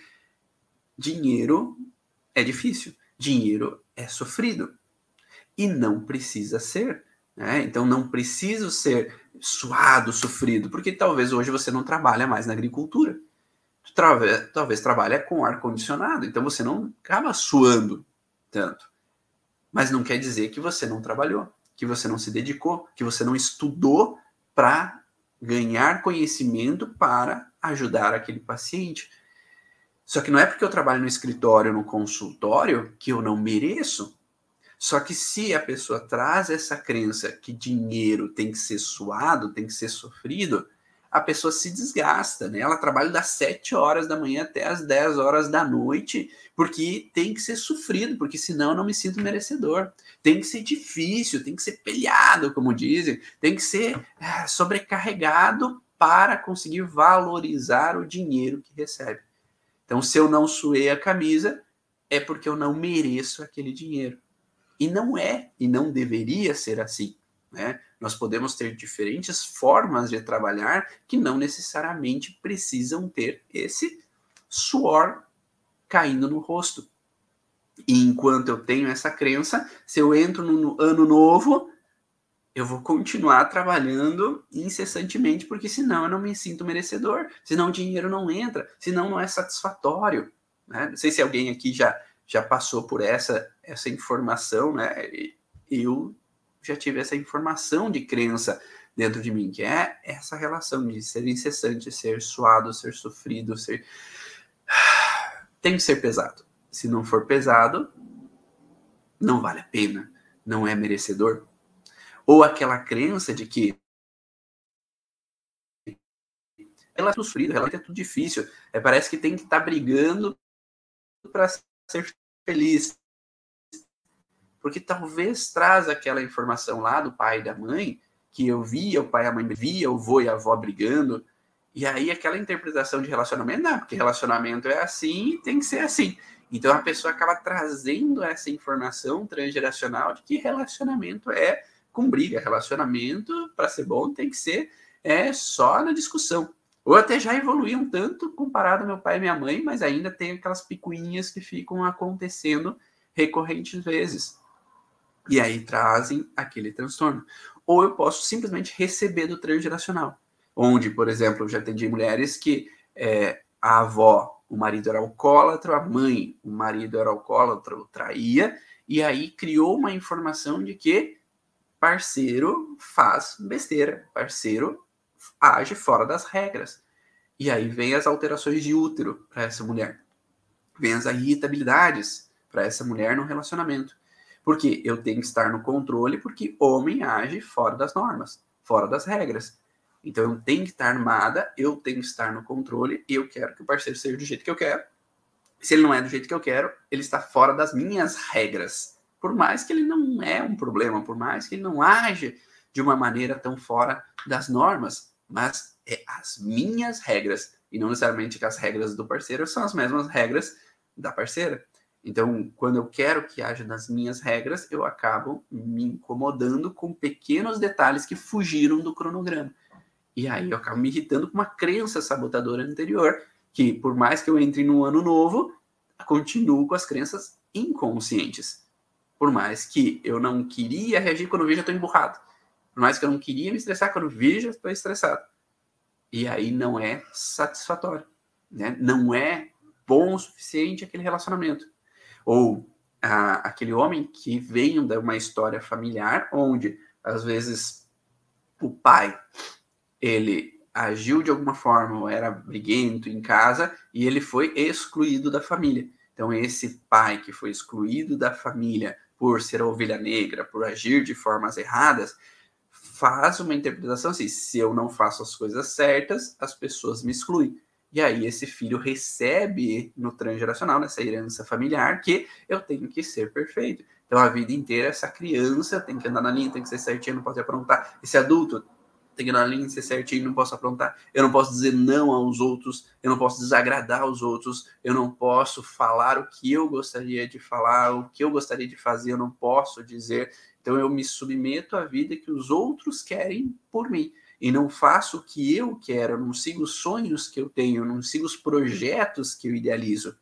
dinheiro é difícil, dinheiro é sofrido. E não precisa ser. Né? Então, não preciso ser suado, sofrido, porque talvez hoje você não trabalha mais na agricultura. Tu tra- talvez trabalhe com ar-condicionado, então você não acaba suando tanto. Mas não quer dizer que você não trabalhou, que você não se dedicou, que você não estudou para ganhar conhecimento para ajudar aquele paciente. Só que não é porque eu trabalho no escritório, no consultório, que eu não mereço. Só que se a pessoa traz essa crença que dinheiro tem que ser suado, tem que ser sofrido, a pessoa se desgasta, né? Ela trabalha das sete horas da manhã até as dez horas da noite, porque tem que ser sofrido, porque senão eu não me sinto merecedor. Tem que ser difícil, tem que ser pelhado, como dizem, tem que ser é, sobrecarregado para conseguir valorizar o dinheiro que recebe. Então, se eu não suei a camisa, é porque eu não mereço aquele dinheiro. E não é, e não deveria ser assim. Né? Nós podemos ter diferentes formas de trabalhar que não necessariamente precisam ter esse suor caindo no rosto. E enquanto eu tenho essa crença, se eu entro no ano novo, eu vou continuar trabalhando incessantemente, porque senão eu não me sinto merecedor, senão o dinheiro não entra, senão não é satisfatório. Né? Não sei se alguém aqui já já passou por essa, essa informação, né? Eu já tive essa informação de crença dentro de mim, que é essa relação de ser incessante, ser suado, ser sofrido, ser... Tem que ser pesado. Se não for pesado, não vale a pena, não é merecedor. Ou aquela crença de que ela é sofrida, ela é tudo difícil, é, parece que tem que estar tá brigando para ser feliz. Porque talvez traz aquela informação lá do pai e da mãe, que eu via o pai e a mãe via, o vô e a avó brigando, e aí aquela interpretação de relacionamento, não, porque relacionamento é assim e tem que ser assim. Então a pessoa acaba trazendo essa informação transgeracional de que relacionamento é com briga, relacionamento, para ser bom, tem que ser é, só na discussão. Ou até já evoluí um tanto comparado ao meu pai e minha mãe, mas ainda tem aquelas picuinhas que ficam acontecendo recorrentes vezes. E aí trazem aquele transtorno. Ou eu posso simplesmente receber do transgeracional. onde, por exemplo, eu já atendi mulheres que é, a avó, o marido era alcoólatra, a mãe, o marido era alcoólatra, o traía, e aí criou uma informação de que parceiro faz besteira, parceiro age fora das regras. E aí vem as alterações de útero para essa mulher. Vem as irritabilidades para essa mulher no relacionamento. Porque eu tenho que estar no controle, porque homem age fora das normas, fora das regras. Então eu tenho que estar armada, eu tenho que estar no controle, e eu quero que o parceiro seja do jeito que eu quero. Se ele não é do jeito que eu quero, ele está fora das minhas regras. Por mais que ele não é um problema, por mais que ele não age de uma maneira tão fora das normas, mas é as minhas regras, e não necessariamente que as regras do parceiro são as mesmas regras da parceira. Então, quando eu quero que haja nas minhas regras, eu acabo me incomodando com pequenos detalhes que fugiram do cronograma. E aí eu acabo me irritando com uma crença sabotadora anterior, que por mais que eu entre num ano novo, continuo com as crenças inconscientes. Por mais que eu não queria reagir quando vi, já estou emburrado. Por mais que eu não queria me estressar, quando vi, já estou estressado. E aí não é satisfatório, né? Não é bom o suficiente aquele relacionamento. Ou ah, aquele homem que veio de uma história familiar, onde às vezes o pai ele agiu de alguma forma, ou era briguento em casa, e ele foi excluído da família. Então, esse pai que foi excluído da família por ser a ovelha negra, por agir de formas erradas, faz uma interpretação assim: se eu não faço as coisas certas, as pessoas me excluem. E aí esse filho recebe no transgeracional, nessa herança familiar, que eu tenho que ser perfeito. Então, a vida inteira, essa criança tem que andar na linha, tem que ser certinho, não pode aprontar. Esse adulto tem que ir na linha, ser certinho, não posso aprontar, eu não posso dizer não aos outros, eu não posso desagradar os outros, eu não posso falar o que eu gostaria de falar, o que eu gostaria de fazer, eu não posso dizer. Então eu me submeto à vida que os outros querem por mim, e não faço o que eu quero, eu não sigo os sonhos que eu tenho, eu não sigo os projetos que eu idealizo.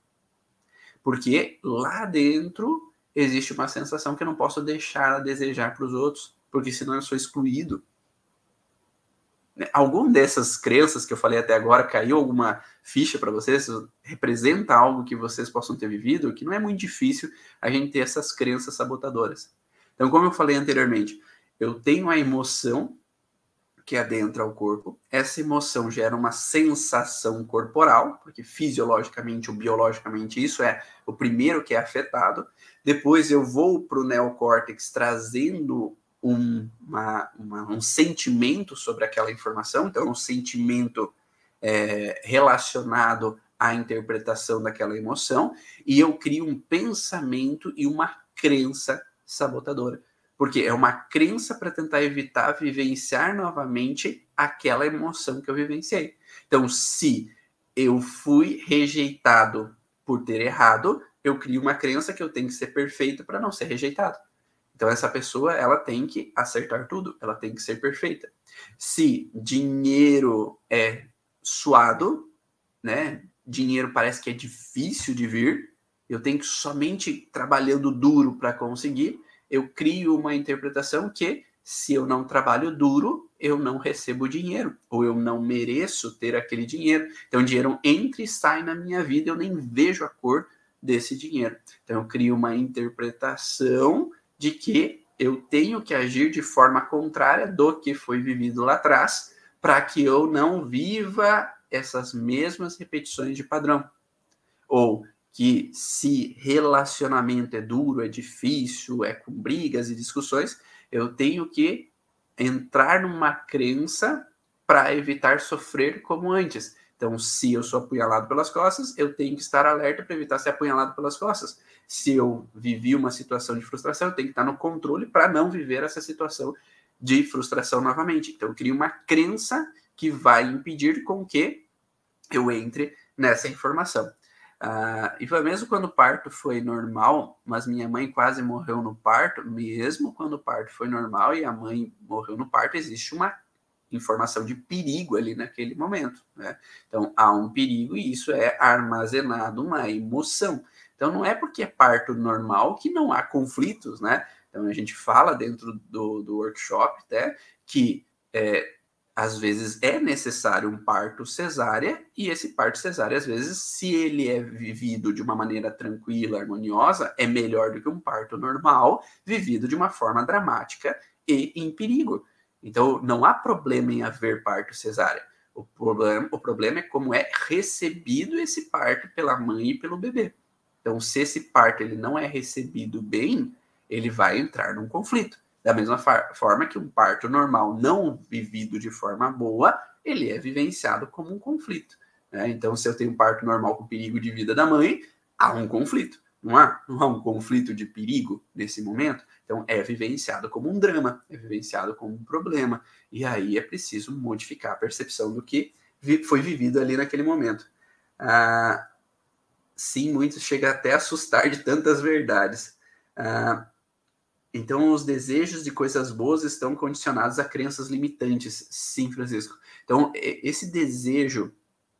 Porque lá dentro existe uma sensação que eu não posso deixar a desejar para os outros, porque senão eu sou excluído. Algum dessas crenças que eu falei até agora caiu alguma ficha para vocês? Representa algo que vocês possam ter vivido? Que não é muito difícil a gente ter essas crenças sabotadoras. Então, como eu falei anteriormente, eu tenho a emoção que adentra o corpo. Essa emoção gera uma sensação corporal, porque fisiologicamente ou biologicamente isso é o primeiro que é afetado. Depois eu vou para o neocórtex trazendo Um, uma, uma, um sentimento sobre aquela informação, então um sentimento é, relacionado à interpretação daquela emoção, e eu crio um pensamento e uma crença sabotadora, porque é uma crença para tentar evitar vivenciar novamente aquela emoção que eu vivenciei. Então, se eu fui rejeitado por ter errado, eu crio uma crença que eu tenho que ser perfeito para não ser rejeitado. Então, essa pessoa, ela tem que acertar tudo, ela tem que ser perfeita. Se dinheiro é suado, né? Dinheiro parece que é difícil de vir, eu tenho que somente trabalhando duro para conseguir, eu crio uma interpretação que, se eu não trabalho duro, eu não recebo dinheiro, ou eu não mereço ter aquele dinheiro. Então, o dinheiro entra e sai na minha vida, eu nem vejo a cor desse dinheiro. Então, eu crio uma interpretação de que eu tenho que agir de forma contrária do que foi vivido lá atrás, para que eu não viva essas mesmas repetições de padrão. Ou que se relacionamento é duro, é difícil, é com brigas e discussões, eu tenho que entrar numa crença para evitar sofrer como antes. Então, se eu sou apunhalado pelas costas, eu tenho que estar alerta para evitar ser apunhalado pelas costas. Se eu vivi uma situação de frustração, eu tenho que estar no controle para não viver essa situação de frustração novamente. Então, eu crio uma crença que vai impedir com que eu entre nessa informação. Uh, e foi mesmo quando o parto foi normal, mas minha mãe quase morreu no parto, mesmo quando o parto foi normal e a mãe morreu no parto, existe uma informação de perigo ali naquele momento, né? Então, há um perigo e isso é armazenado uma emoção. Então, não é porque é parto normal que não há conflitos, né? Então, a gente fala dentro do, do workshop até que é, às vezes é necessário um parto cesárea, e esse parto cesárea, às vezes, se ele é vivido de uma maneira tranquila, harmoniosa, é melhor do que um parto normal, vivido de uma forma dramática e em perigo. Então, não há problema em haver parto cesárea. O problema, o problema é como é recebido esse parto pela mãe e pelo bebê. Então, se esse parto ele não é recebido bem, ele vai entrar num conflito. Da mesma forma que um parto normal não vivido de forma boa, ele é vivenciado como um conflito. Né? Então, se eu tenho um parto normal com perigo de vida da mãe, há um conflito. Não há? Não há um conflito de perigo nesse momento? Então, é vivenciado como um drama, é vivenciado como um problema. E aí é preciso modificar a percepção do que foi vivido ali naquele momento. Ah, sim, muitos chegam até a assustar de tantas verdades. Ah, Então, os desejos de coisas boas estão condicionados a crenças limitantes. Sim, Francisco. Então, esse desejo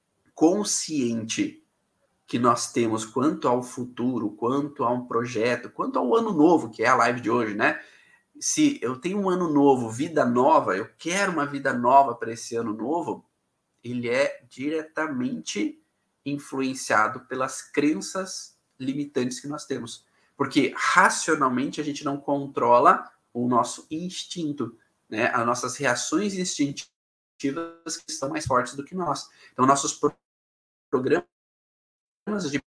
consciente que nós temos quanto ao futuro, quanto a um projeto, quanto ao ano novo, que é a live de hoje, né? Se eu tenho um ano novo, vida nova, eu quero uma vida nova para esse ano novo, ele é diretamente influenciado pelas crenças limitantes que nós temos. Porque racionalmente a gente não controla o nosso instinto, né? As nossas reações instintivas que são mais fortes do que nós. Então, nossos programas de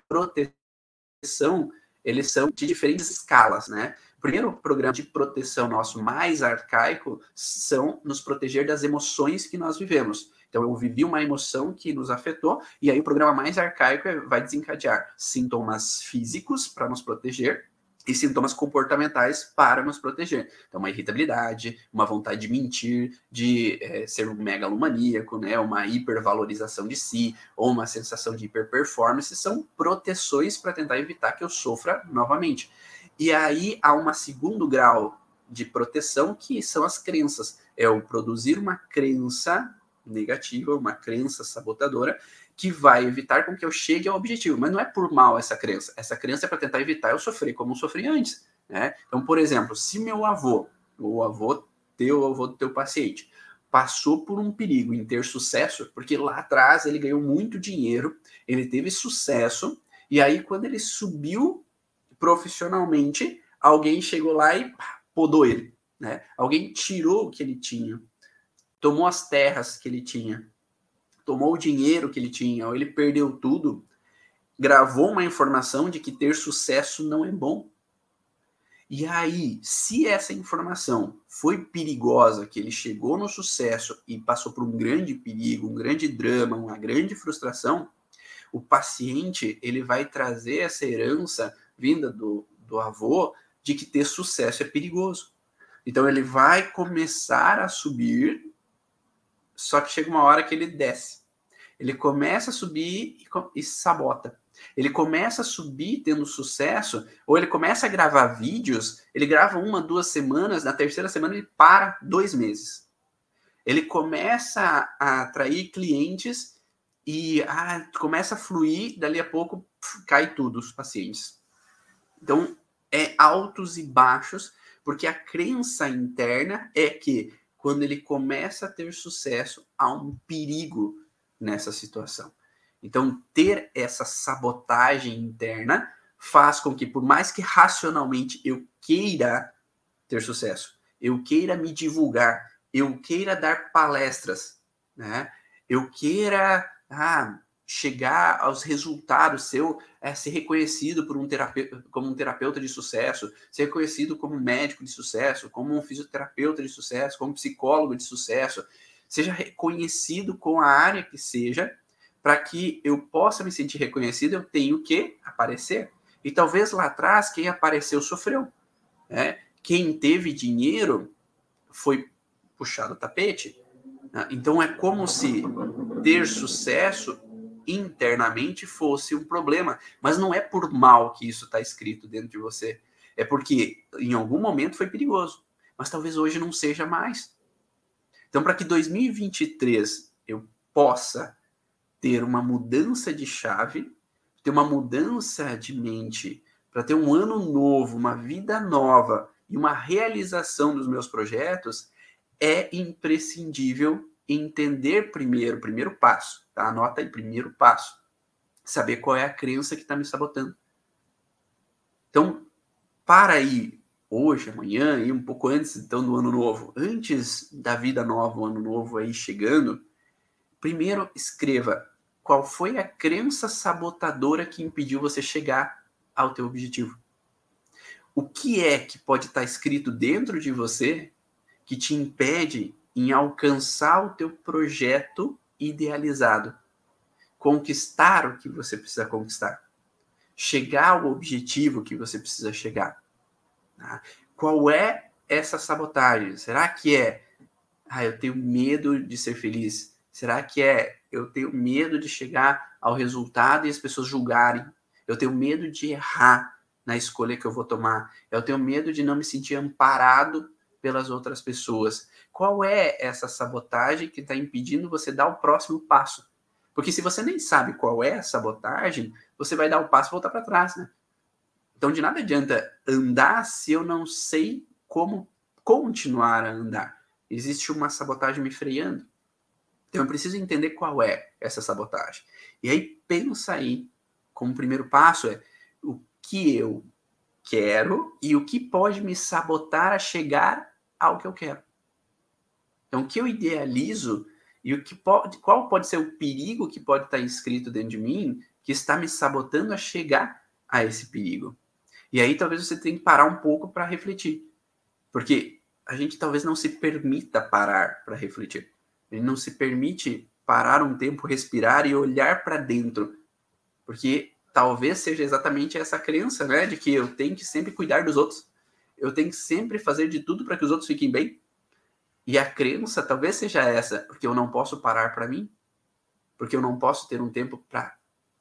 proteção, eles são de diferentes escalas, né? O primeiro programa de proteção nosso mais arcaico são nos proteger das emoções que nós vivemos. Então, eu vivi uma emoção que nos afetou, e aí o programa mais arcaico vai desencadear sintomas físicos para nos proteger e sintomas comportamentais para nos proteger. Então, uma irritabilidade, uma vontade de mentir, de é, ser um megalomaníaco, né, uma hipervalorização de si, ou uma sensação de hiperperformance, são proteções para tentar evitar que eu sofra novamente. E aí há um segundo grau de proteção, que são as crenças. É o produzir uma crença negativa, uma crença sabotadora, que vai evitar com que eu chegue ao objetivo. Mas não é por mal essa crença. Essa crença é para tentar evitar eu sofrer como eu sofri antes. Né? Então, por exemplo, se meu avô, o avô teu, o avô do teu paciente, passou por um perigo em ter sucesso, porque lá atrás ele ganhou muito dinheiro, ele teve sucesso, e aí quando ele subiu profissionalmente, alguém chegou lá e podou ele. Né? Alguém tirou o que ele tinha, tomou as terras que ele tinha, tomou o dinheiro que ele tinha, ou ele perdeu tudo, gravou uma informação de que ter sucesso não é bom. E aí, se essa informação foi perigosa, que ele chegou no sucesso e passou por um grande perigo, um grande drama, uma grande frustração, o paciente ele vai trazer essa herança vinda do, do avô de que ter sucesso é perigoso. Então ele vai começar a subir, só que chega uma hora que ele desce. Ele começa a subir e, e sabota. Ele começa a subir tendo sucesso, ou ele começa a gravar vídeos, ele grava uma, duas semanas, na terceira semana ele para dois meses. Ele começa a atrair clientes e ah, começa a fluir, dali a pouco pff, cai tudo os pacientes. Então, é altos e baixos, porque a crença interna é que quando ele começa a ter sucesso, há um perigo nessa situação. Então, ter essa sabotagem interna faz com que, por mais que racionalmente eu queira ter sucesso, eu queira me divulgar, eu queira dar palestras, né? Eu queira ah, chegar aos resultados, ser, é, ser reconhecido por um terapeuta, como um terapeuta de sucesso, ser reconhecido como um médico de sucesso, como um fisioterapeuta de sucesso, como um psicólogo de sucesso, seja reconhecido com a área que seja, para que eu possa me sentir reconhecido, eu tenho que aparecer. E talvez lá atrás, quem apareceu sofreu. Né? Quem teve dinheiro foi puxado o tapete. Né? Então é como se ter sucesso internamente fosse um problema. Mas não é por mal que isso está escrito dentro de você. É porque em algum momento foi perigoso. Mas talvez hoje não seja mais. Então, para que dois mil e vinte e três eu possa ter uma mudança de chave, ter uma mudança de mente, para ter um ano novo, uma vida nova e uma realização dos meus projetos, é imprescindível entender primeiro, primeiro passo, tá? Anota aí, primeiro passo. Saber qual é a crença que está me sabotando. Então, para aí, hoje, amanhã, e um pouco antes então do ano novo, antes da vida nova, o ano novo aí chegando, primeiro escreva qual foi a crença sabotadora que impediu você chegar ao teu objetivo. O que é que pode estar escrito dentro de você que te impede em alcançar o teu projeto idealizado? Conquistar o que você precisa conquistar. Chegar ao objetivo que você precisa chegar. Tá? Qual é essa sabotagem? Será que é, ah, eu tenho medo de ser feliz? Será que é, eu tenho medo de chegar ao resultado e as pessoas julgarem? Eu tenho medo de errar na escolha que eu vou tomar. Eu tenho medo de não me sentir amparado pelas outras pessoas. Qual é essa sabotagem que está impedindo você dar o próximo passo? Porque se você nem sabe qual é a sabotagem, você vai dar o passo e voltar para trás, né? Então, de nada adianta andar se eu não sei como continuar a andar. Existe uma sabotagem me freando. Então, eu preciso entender qual é essa sabotagem. E aí, pensa aí, como primeiro passo, é o que eu quero e o que pode me sabotar a chegar ao que eu quero. Então, o que eu idealizo e o que pode, qual pode ser o perigo que pode estar inscrito dentro de mim que está me sabotando a chegar a esse perigo. E aí, talvez você tenha que parar um pouco para refletir. Porque a gente talvez não se permita parar para refletir. Ele não se permite parar um tempo, respirar e olhar para dentro. Porque talvez seja exatamente essa crença, né, de que eu tenho que sempre cuidar dos outros. Eu tenho que sempre fazer de tudo para que os outros fiquem bem. E a crença talvez seja essa, porque eu não posso parar para mim, porque eu não posso ter um tempo para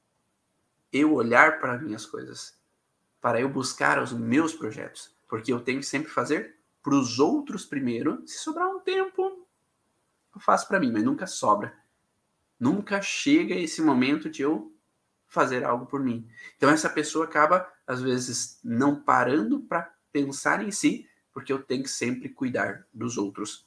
eu olhar para minhas coisas, para eu buscar os meus projetos, porque eu tenho que sempre fazer para os outros primeiro. Se sobrar um tempo, eu faço para mim, mas nunca sobra. Nunca chega esse momento de eu fazer algo por mim. Então essa pessoa acaba, às vezes, não parando para pensar em si, porque eu tenho que sempre cuidar dos outros.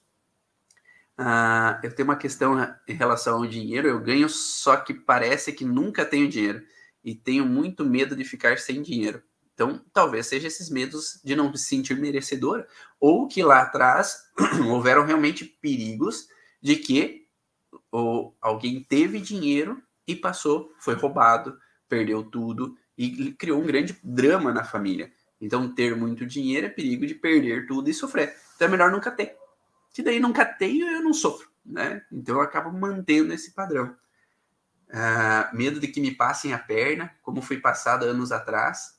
Ah, eu tenho uma questão em relação ao dinheiro. Eu ganho, só que parece que nunca tenho dinheiro. E tenho muito medo de ficar sem dinheiro. Então, talvez seja esses medos de não me sentir merecedora. Ou que lá atrás houveram realmente perigos de que ou, alguém teve dinheiro e passou, foi roubado, perdeu tudo e criou um grande drama na família. Então, ter muito dinheiro é perigo de perder tudo e sofrer. Então, é melhor nunca ter. Que daí nunca tenho e eu não sofro, né? Então eu acabo mantendo esse padrão. Uh, medo de que me passem a perna, como foi passado anos atrás.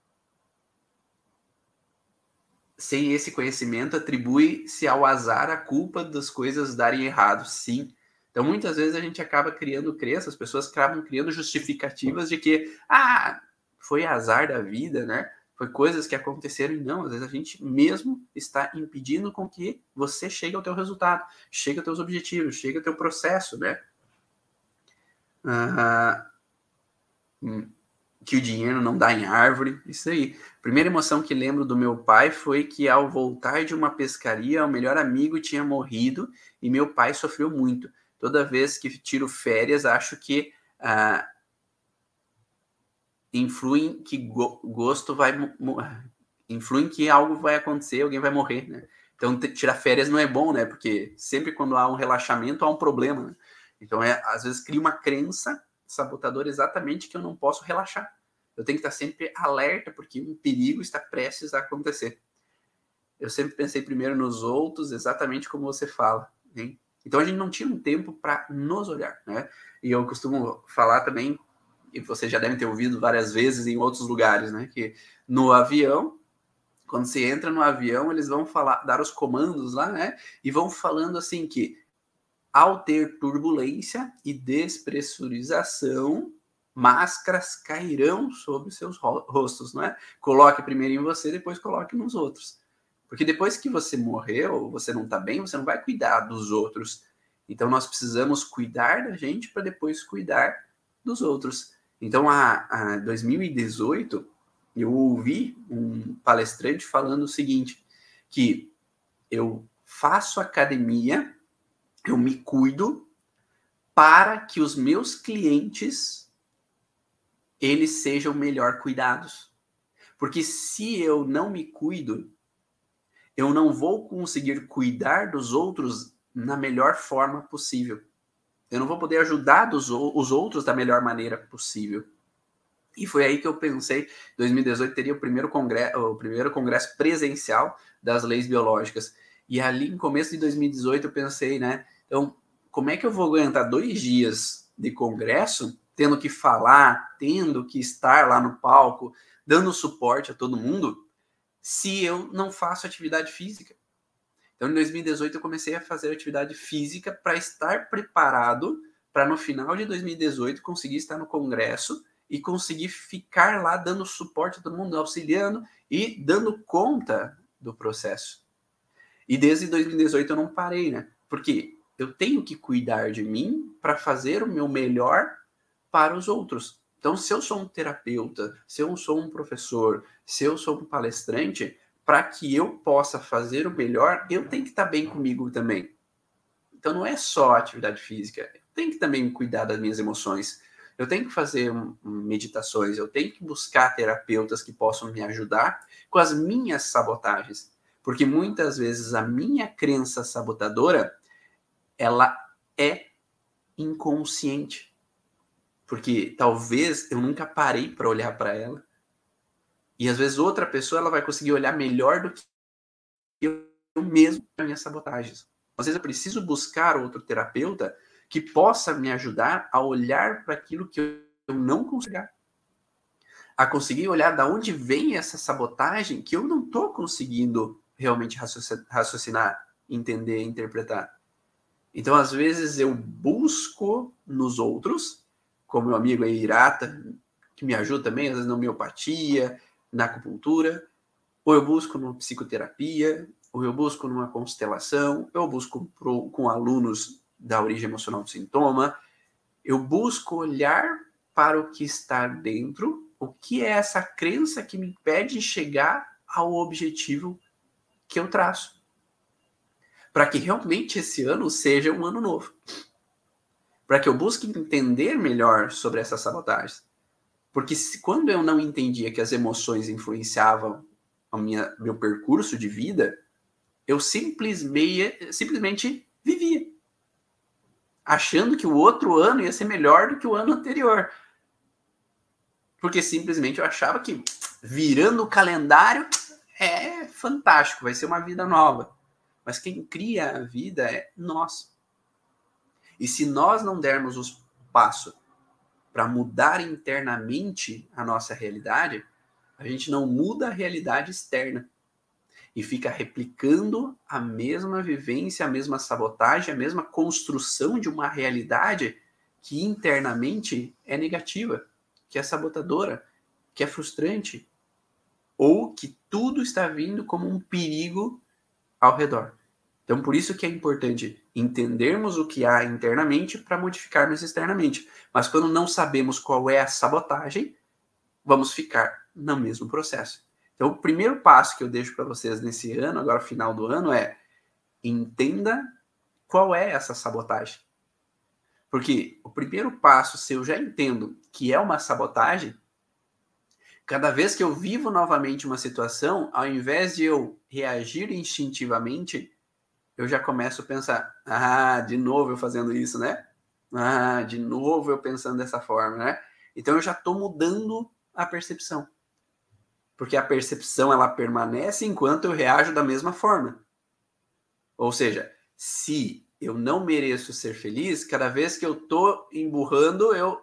Sem esse conhecimento, atribui-se ao azar a culpa das coisas darem errado, sim. Então muitas vezes a gente acaba criando crenças, as pessoas acabam criando justificativas de que, ah, foi azar da vida, né? Foi coisas que aconteceram e não, às vezes a gente mesmo está impedindo com que você chegue ao teu resultado, chegue aos teus objetivos, chegue ao teu processo, né? Ah, que o dinheiro não dá em árvore, isso aí. A primeira emoção que lembro do meu pai foi que ao voltar de uma pescaria, o melhor amigo tinha morrido e meu pai sofreu muito. Toda vez que tiro férias, acho que... Ah, influem que go gosto vai influem que algo vai acontecer, alguém vai morrer, né? Então tirar férias não é bom, né? Porque sempre quando há um relaxamento há um problema, né? Então é, às vezes cria uma crença sabotadora exatamente que eu não posso relaxar. Eu tenho que estar sempre alerta porque um perigo está prestes a acontecer. Eu sempre pensei primeiro nos outros, exatamente como você fala, hein? Então a gente não tinha um tempo para nos olhar, né? E eu costumo falar também, e vocês já devem ter ouvido várias vezes em outros lugares, né? Que no avião, quando você entra no avião, eles vão falar, dar os comandos lá, né? E vão falando assim que ao ter turbulência e despressurização, máscaras cairão sobre seus rostos, não é? Coloque primeiro em você, depois coloque nos outros. Porque depois que você morreu, você não está bem, você não vai cuidar dos outros. Então nós precisamos cuidar da gente para depois cuidar dos outros. Então, a, a dois mil e dezoito, eu ouvi um palestrante falando o seguinte, que eu faço academia, eu me cuido para que os meus clientes eles sejam melhor cuidados. Porque se eu não me cuido, eu não vou conseguir cuidar dos outros na melhor forma possível. Eu não vou poder ajudar dos, os outros da melhor maneira possível. E foi aí que eu pensei, em dois mil e dezoito teria o primeiro congresso, o primeiro congresso presencial das leis biológicas. E ali, no começo de dois mil e dezoito, eu pensei, né? Então, como é que eu vou aguentar dois dias de congresso, tendo que falar, tendo que estar lá no palco, dando suporte a todo mundo, se eu não faço atividade física? Então, em dois mil e dezoito, eu comecei a fazer atividade física para estar preparado para, no final de dois mil e dezoito, conseguir estar no congresso e conseguir ficar lá dando suporte a todo mundo, auxiliando e dando conta do processo. E desde dois mil e dezoito eu não parei, né? Porque eu tenho que cuidar de mim para fazer o meu melhor para os outros. Então, se eu sou um terapeuta, se eu sou um professor, se eu sou um palestrante, para que eu possa fazer o melhor, eu tenho que estar bem comigo também. Então, não é só atividade física. Eu tenho que também cuidar das minhas emoções. Eu tenho que fazer meditações, eu tenho que buscar terapeutas que possam me ajudar com as minhas sabotagens. Porque muitas vezes a minha crença sabotadora, ela é inconsciente. Porque talvez eu nunca parei para olhar para ela. E às vezes outra pessoa ela vai conseguir olhar melhor do que eu mesmo para minhas sabotagens. Às vezes eu preciso buscar outro terapeuta que possa me ajudar a olhar para aquilo que eu não consigo. A conseguir olhar de onde vem essa sabotagem que eu não estou conseguindo realmente raciocinar, entender, interpretar. Então, às vezes, eu busco nos outros, como meu amigo aí, Irata, que me ajuda também, às vezes na homeopatia, na acupuntura, ou eu busco numa psicoterapia, ou eu busco numa constelação, ou eu busco pro, com alunos da origem emocional do sintoma, eu busco olhar para o que está dentro, o que é essa crença que me impede de chegar ao objetivo que eu traço. Para que realmente esse ano seja um ano novo. Para que eu busque entender melhor sobre essas sabotagens. Porque se, quando eu não entendia que as emoções influenciavam o meu percurso de vida, eu simplesmente, simplesmente vivia. Achando que o outro ano ia ser melhor do que o ano anterior. Porque simplesmente eu achava que virando o calendário é fantástico, vai ser uma vida nova. Mas quem cria a vida é nós. E se nós não dermos os passos para mudar internamente a nossa realidade, a gente não muda a realidade externa. E fica replicando a mesma vivência, a mesma sabotagem, a mesma construção de uma realidade que internamente é negativa, que é sabotadora, que é frustrante, ou que tudo está vindo como um perigo ao redor. Então, por isso que é importante entendermos o que há internamente para modificarmos externamente. Mas quando não sabemos qual é a sabotagem, vamos ficar no mesmo processo. Então, o primeiro passo que eu deixo para vocês nesse ano, agora final do ano, é entenda qual é essa sabotagem. Porque o primeiro passo, se eu já entendo que é uma sabotagem, cada vez que eu vivo novamente uma situação, ao invés de eu reagir instintivamente, eu já começo a pensar, ah, de novo eu fazendo isso, né? Ah, de novo eu pensando dessa forma, né? Então eu já estou mudando a percepção. Porque a percepção, ela permanece enquanto eu reajo da mesma forma. Ou seja, se eu não mereço ser feliz, cada vez que eu estou emburrando, eu...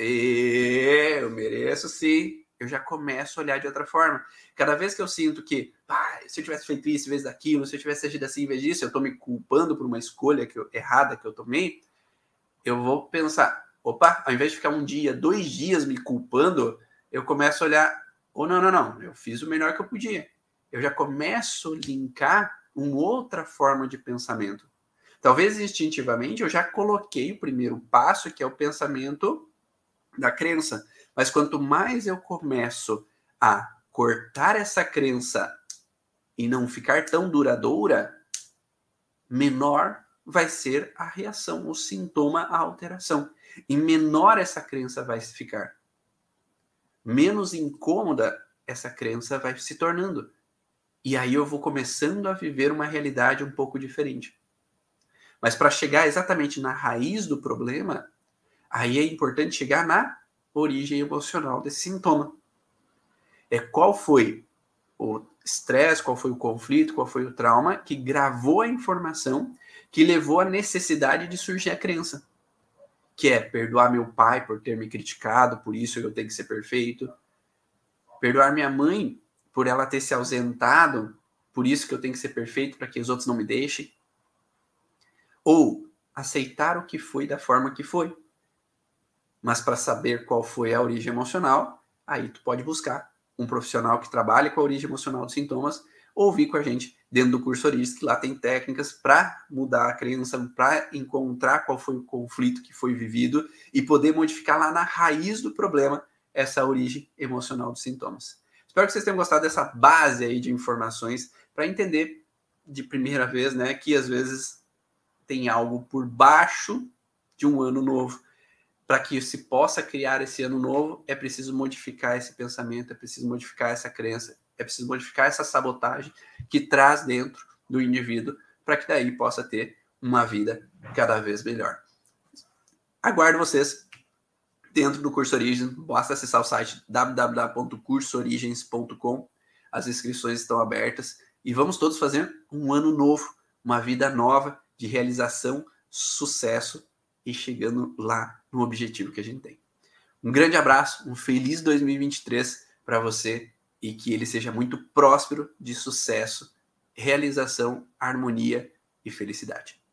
Eu mereço sim. Eu já começo a olhar de outra forma. Cada vez que eu sinto que, ah, se eu tivesse feito isso em vez daquilo, se eu tivesse agido assim em vez disso, eu estou me culpando por uma escolha que eu, errada que eu tomei, eu vou pensar, opa, ao invés de ficar um dia, dois dias me culpando, eu começo a olhar, oh, não, não, não, eu fiz o melhor que eu podia. Eu já começo a linkar uma outra forma de pensamento. Talvez instintivamente eu já coloquei o primeiro passo, que é o pensamento da crença. Mas quanto mais eu começo a cortar essa crença e não ficar tão duradoura, menor vai ser a reação, o sintoma, a alteração. E menor essa crença vai ficar. Menos incômoda essa crença vai se tornando. E aí eu vou começando a viver uma realidade um pouco diferente. Mas para chegar exatamente na raiz do problema, aí é importante chegar na origem emocional desse sintoma. É qual foi o estresse, qual foi o conflito, qual foi o trauma que gravou a informação que levou à necessidade de surgir a crença. Que é perdoar meu pai por ter me criticado, por isso eu tenho que ser perfeito. Perdoar minha mãe por ela ter se ausentado, por isso que eu tenho que ser perfeito para que os outros não me deixem. Ou aceitar o que foi da forma que foi. Mas para saber qual foi a origem emocional, aí tu pode buscar um profissional que trabalhe com a origem emocional dos sintomas, ou vir com a gente dentro do curso Origens, que lá tem técnicas para mudar a crença, para encontrar qual foi o conflito que foi vivido e poder modificar lá na raiz do problema essa origem emocional dos sintomas. Espero que vocês tenham gostado dessa base aí de informações para entender de primeira vez, né, que às vezes tem algo por baixo de um ano novo. Para que se possa criar esse ano novo, é preciso modificar esse pensamento, é preciso modificar essa crença, é preciso modificar essa sabotagem que traz dentro do indivíduo para que daí possa ter uma vida cada vez melhor. Aguardo vocês dentro do Curso Origens. Basta acessar o site w w w ponto curso origens ponto com. As inscrições estão abertas e vamos todos fazer um ano novo, uma vida nova de realização, sucesso e chegando lá no objetivo que a gente tem. Um grande abraço, um feliz dois mil e vinte e três para você e que ele seja muito próspero, de sucesso, realização, harmonia e felicidade.